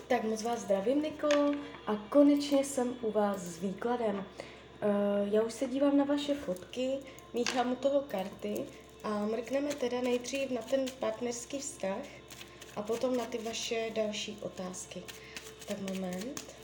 Tak moc vás zdravím, Nikolo, a konečně jsem u vás s výkladem. Já už se dívám na vaše fotky, míchám u toho karty a mrkneme teda nejdřív na ten partnerský vztah a potom na ty vaše další otázky. Tak moment.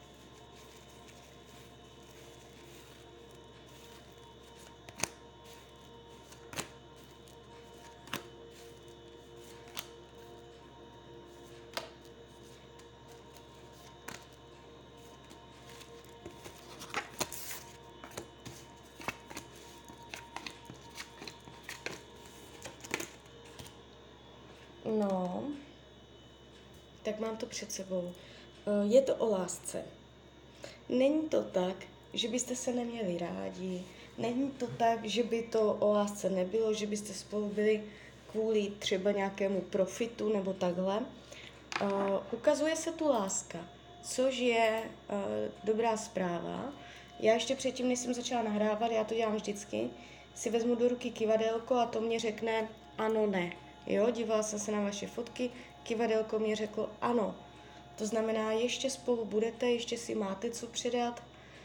No, tak mám to před sebou. Je to o lásce. Není to tak, že byste se neměli rádi, není to tak, že by to o lásce nebylo, že byste spolu byli kvůli třeba nějakému profitu nebo takhle. Ukazuje se tu láska, což je dobrá zpráva. Já ještě předtím, než jsem začala nahrávat, já to dělám vždycky, si vezmu do ruky kivadelko a to mě řekne ano, ne. Jo, dívala jsem se na vaše fotky, kivadelko mě řeklo ano. To znamená, ještě spolu budete, ještě si máte co předat.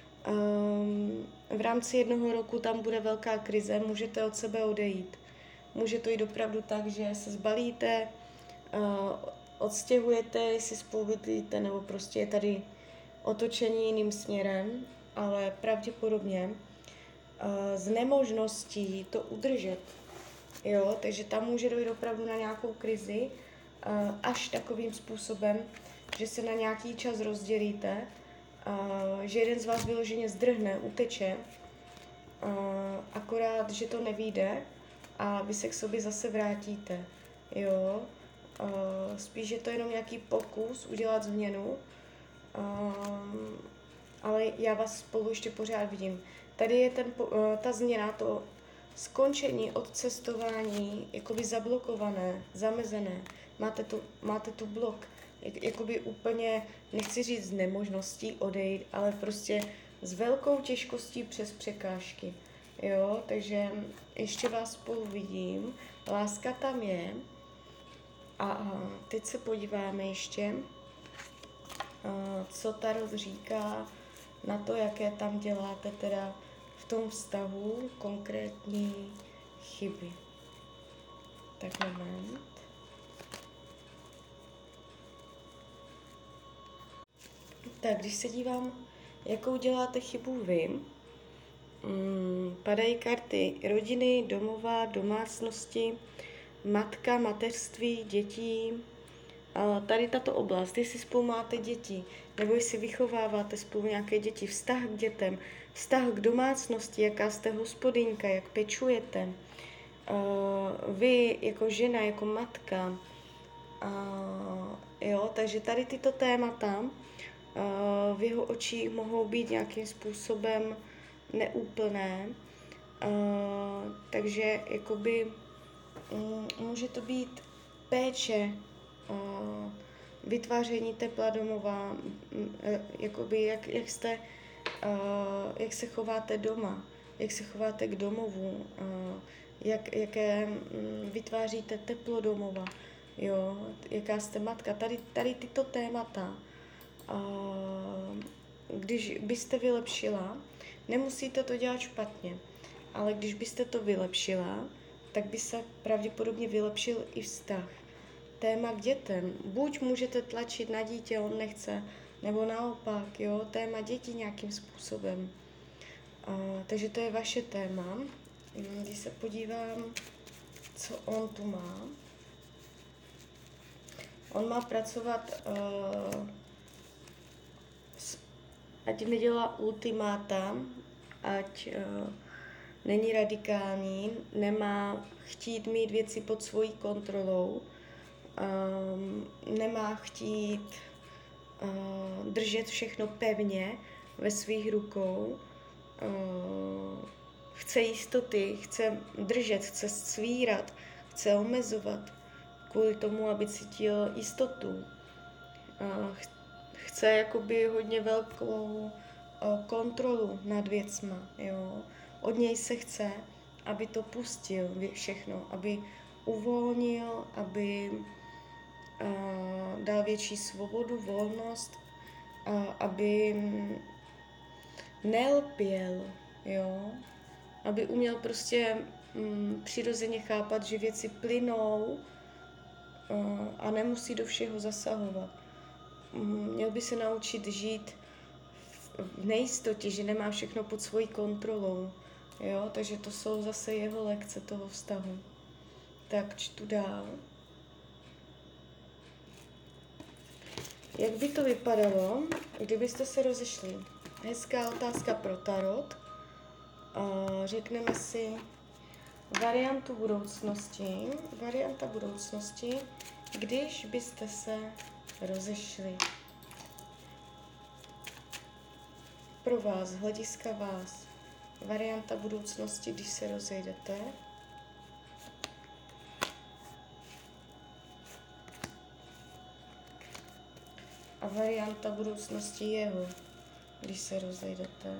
V rámci 1 roku tam bude velká krize, můžete od sebe odejít. Může to jít opravdu tak, že se zbalíte, odstěhujete, jestli spolu bydlíte, nebo prostě je tady otočení jiným směrem, ale pravděpodobně z nemožností to udržet. Jo, takže tam může dojít opravdu na nějakou krizi, až takovým způsobem, že se na nějaký čas rozdělíte, že jeden z vás vyloženě zdrhne, uteče, akorát, že to nevyjde a vy se k sobě zase vrátíte. Jo, spíš je to jenom nějaký pokus udělat změnu, ale já vás spolu ještě pořád vidím. Tady je ta změna, to skončení odcestování, jakoby zablokované, zamezené. Máte tu blok, jakoby úplně, nechci říct z nemožností odejít, ale prostě s velkou těžkostí přes překážky. Jo, takže ještě vás spolu vidím, láska tam je. A teď se podíváme ještě, co Tarot říká na to, jaké tam děláte teda v tom vztahu konkrétní chyby. Tak moment. Tak, když se dívám, jakou děláte chybu vy, padají karty rodiny, domova, domácnosti, matka, mateřství, dětí. Tady tato oblast, jestli spolu máte děti, nebo jestli vychováváte spolu nějaké děti, vztah k dětem, vztah k domácnosti, jaká jste hospodyňka, jak pečujete, vy jako žena, jako matka, jo, takže tady tyto témata v jeho očích mohou být nějakým způsobem neúplné, takže jakoby může to být péče, vytváření tepla domova, jakoby jak se chováte doma, jak se chováte k domovu, jaké vytváříte teplo domova, jo, jaká jste matka, tady tyto témata, když byste vylepšila, nemusíte to dělat špatně, ale když byste to vylepšila, tak by se pravděpodobně vylepšil i vztah. Téma k dětem. Buď můžete tlačit na dítě, on nechce, nebo naopak, jo, téma dětí nějakým způsobem. Takže to je vaše téma. Když se podívám, co on tu má. On má pracovat, ať nedělá ultimáta, ať není radikální, nemá chtít mít věci pod svojí kontrolou, nemá chtít držet všechno pevně ve svých rukou, chce jistoty, chce držet, chce svírat, chce omezovat kvůli tomu, aby cítil jistotu. Chce jakoby hodně velkou kontrolu nad věcma, jo. Od něj se chce, aby to pustil všechno, aby uvolnil, aby dal větší svobodu, volnost, aby nelpěl, jo? Aby uměl prostě přirozeně chápat, že věci plynou a nemusí do všeho zasahovat. Měl by se naučit žít v nejistotě, že nemá všechno pod svojí kontrolou. Jo? Takže to jsou zase jeho lekce toho vztahu. Tak čtu dál. Jak by to vypadalo, kdybyste se rozešli? Hezká otázka pro tarot. Řekneme si variantu budoucnosti. Varianta budoucnosti, když byste se rozešli. Pro vás, z hlediska vás. Varianta budoucnosti, když se rozejdete. A varianta budoucnosti jeho, když se rozejdete.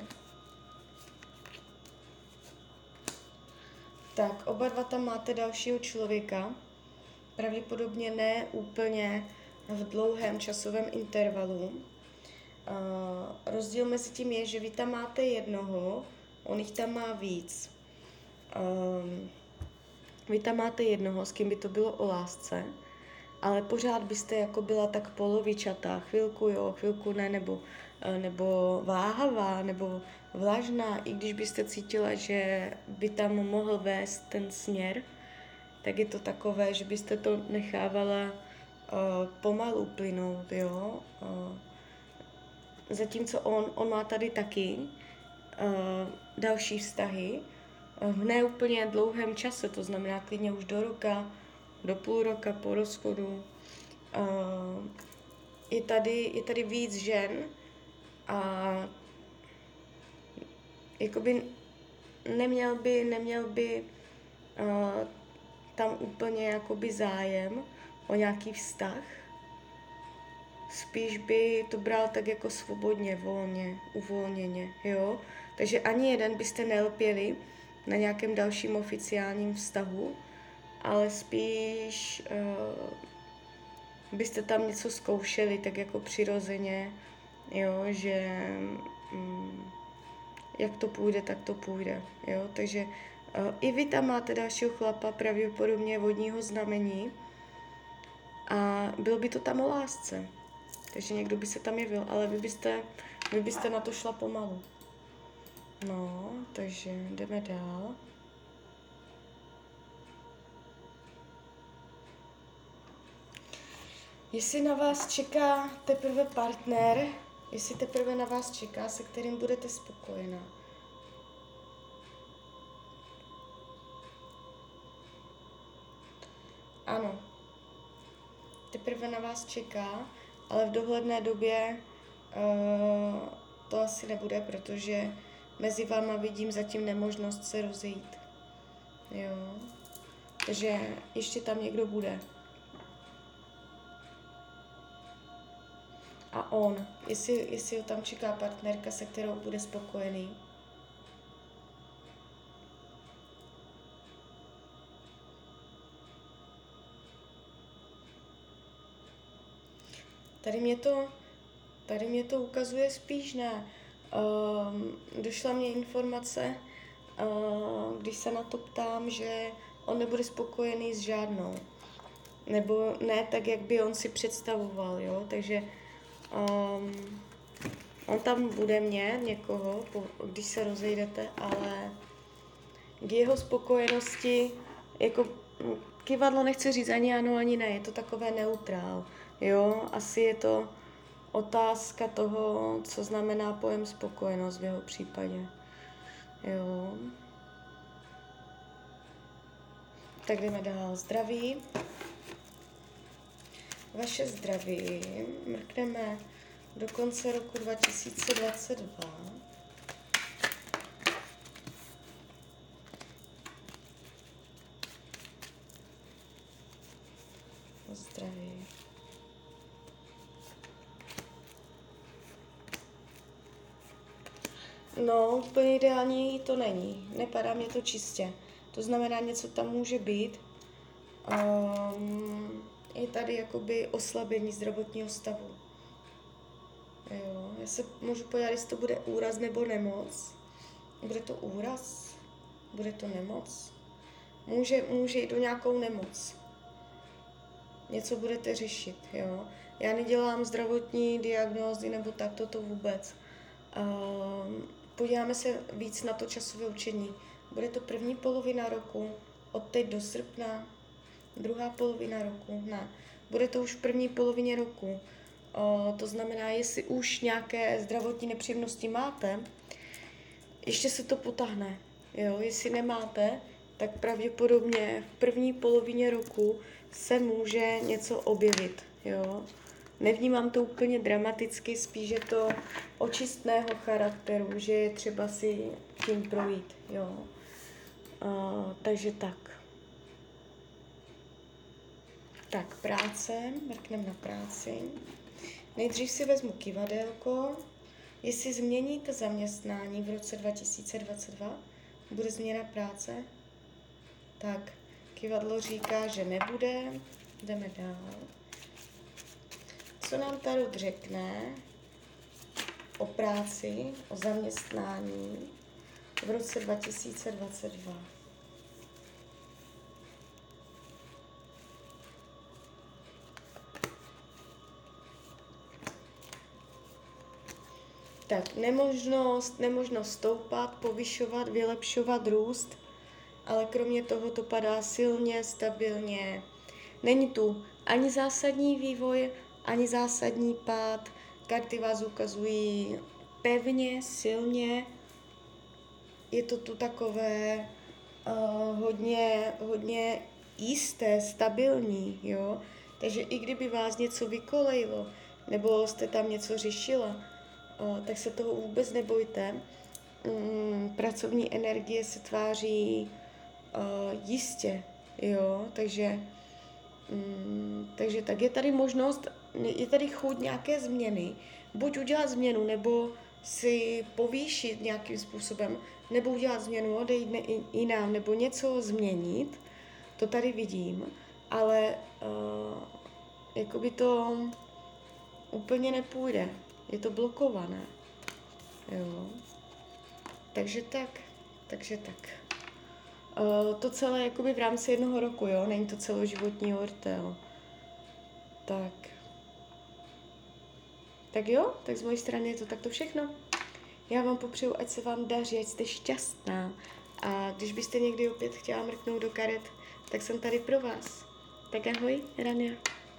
Tak, oba dva tam máte dalšího člověka. Pravděpodobně ne úplně v dlouhém časovém intervalu. Rozdíl mezi tím je, že vy tam máte jednoho, on jich tam má víc. Vy tam máte jednoho, s kým by to bylo o lásce, ale pořád byste jako byla tak polovičatá, chvilku jo, chvilku ne, nebo váhavá, nebo vlažná, i když byste cítila, že by tam mohl vést ten směr, tak je to takové, že byste to nechávala pomalu plynout, jo. Zatímco on má tady taky další vztahy v neúplně dlouhém čase, to znamená klidně už do roka, do půl roka po rozchodu. Je tady víc žen a jakoby neměl by tam úplně jakoby zájem o nějaký vztah. Spíš by to bral tak jako svobodně, volně, uvolněně, jo. Takže ani jeden byste nelpěli na nějakém dalším oficiálním vztahu, ale spíš byste tam něco zkoušeli tak jako přirozeně, jo, že jak to půjde, tak to půjde, jo. Takže i vy tam máte dalšího chlapa, pravděpodobně vodního znamení a bylo by to tam o lásce. Takže někdo by se tam jevil, ale vy byste na to šla pomalu. No, takže jdeme dál. Jestli na vás čeká teprve partner, jestli teprve na vás čeká, se kterým budete spokojená. Ano, teprve na vás čeká, ale v dohledné době to asi nebude, protože mezi váma vidím zatím nemožnost se rozejít. Jo. Takže ještě tam někdo bude. A on, jestli ho tam čeká partnerka, se kterou bude spokojený. Tady mě to ukazuje spíš ne. Došla mě informace, když se na to ptám, že on nebude spokojený s žádnou. Nebo ne tak, jak by on si představoval, jo. Takže on tam bude mít někoho, když se rozejdete, ale k jeho spokojenosti, jako kyvadlo nechce říct ani ano, ani ne, je to takové neutrál. Jo, asi je to otázka toho, co znamená pojem spokojenost v jeho případě. Jo. Tak jdeme dál. Zdraví. Vaše zdraví. Mrkneme do konce roku 2022. Zdraví. No, úplně ideální to není. Nepadá mě to čistě. To znamená, něco tam může být. je tady jakoby oslabení zdravotního stavu. Jo, já se můžu podívat, jestli to bude úraz nebo nemoc. Bude to úraz? Bude to nemoc? Může jít o nějakou nemoc. Něco budete řešit, jo. Já nedělám zdravotní diagnózy nebo tak, toto vůbec. Podíváme se víc na to časové určení. Bude to první polovina roku, od teď do srpna, druhá polovina roku, ne. Bude to už v první polovině roku. To znamená, jestli už nějaké zdravotní nepříjemnosti máte, ještě se to potáhne. Jo? Jestli nemáte, tak pravděpodobně v první polovině roku se může něco objevit. Jo? Nevnímám to úplně dramaticky, spíš je to očistného charakteru, že je třeba si tím projít. Jo? Takže tak. Tak, práce, mrkneme na práci. Nejdřív si vezmu kivadélko. Jestli změníte zaměstnání v roce 2022, bude změna práce? Tak, kivadlo říká, že nebude. Jdeme dál. Co nám tarot řekne o práci, o zaměstnání v roce 2022? Tak, nemožnost stoupat, povyšovat, vylepšovat, růst, ale kromě toho to padá silně, stabilně. Není tu ani zásadní vývoj, ani zásadní pád. Karty vás ukazují pevně, silně. Je to tu takové hodně jisté, stabilní, jo. Takže i kdyby vás něco vykolejilo, nebo jste tam něco řešila, tak se toho vůbec nebojte. Pracovní energie se tváří jistě, jo, takže tak je tady možnost, je tady chuť nějaké změny, buď udělat změnu, nebo si povýšit nějakým způsobem, nebo udělat změnu, odejít jinam, nebo něco změnit, to tady vidím, ale jakoby to úplně nepůjde. Je to blokované. Jo. Takže tak. To celé jakoby v rámci jednoho roku, jo? Není to celoživotní ortel. Tak. Tak jo, tak z mojej strany je to takto všechno. Já vám popřeju, ať se vám daří, ať jste šťastná. A když byste někdy opět chtěla mrknout do karet, tak jsem tady pro vás. Tak ahoj, Rania.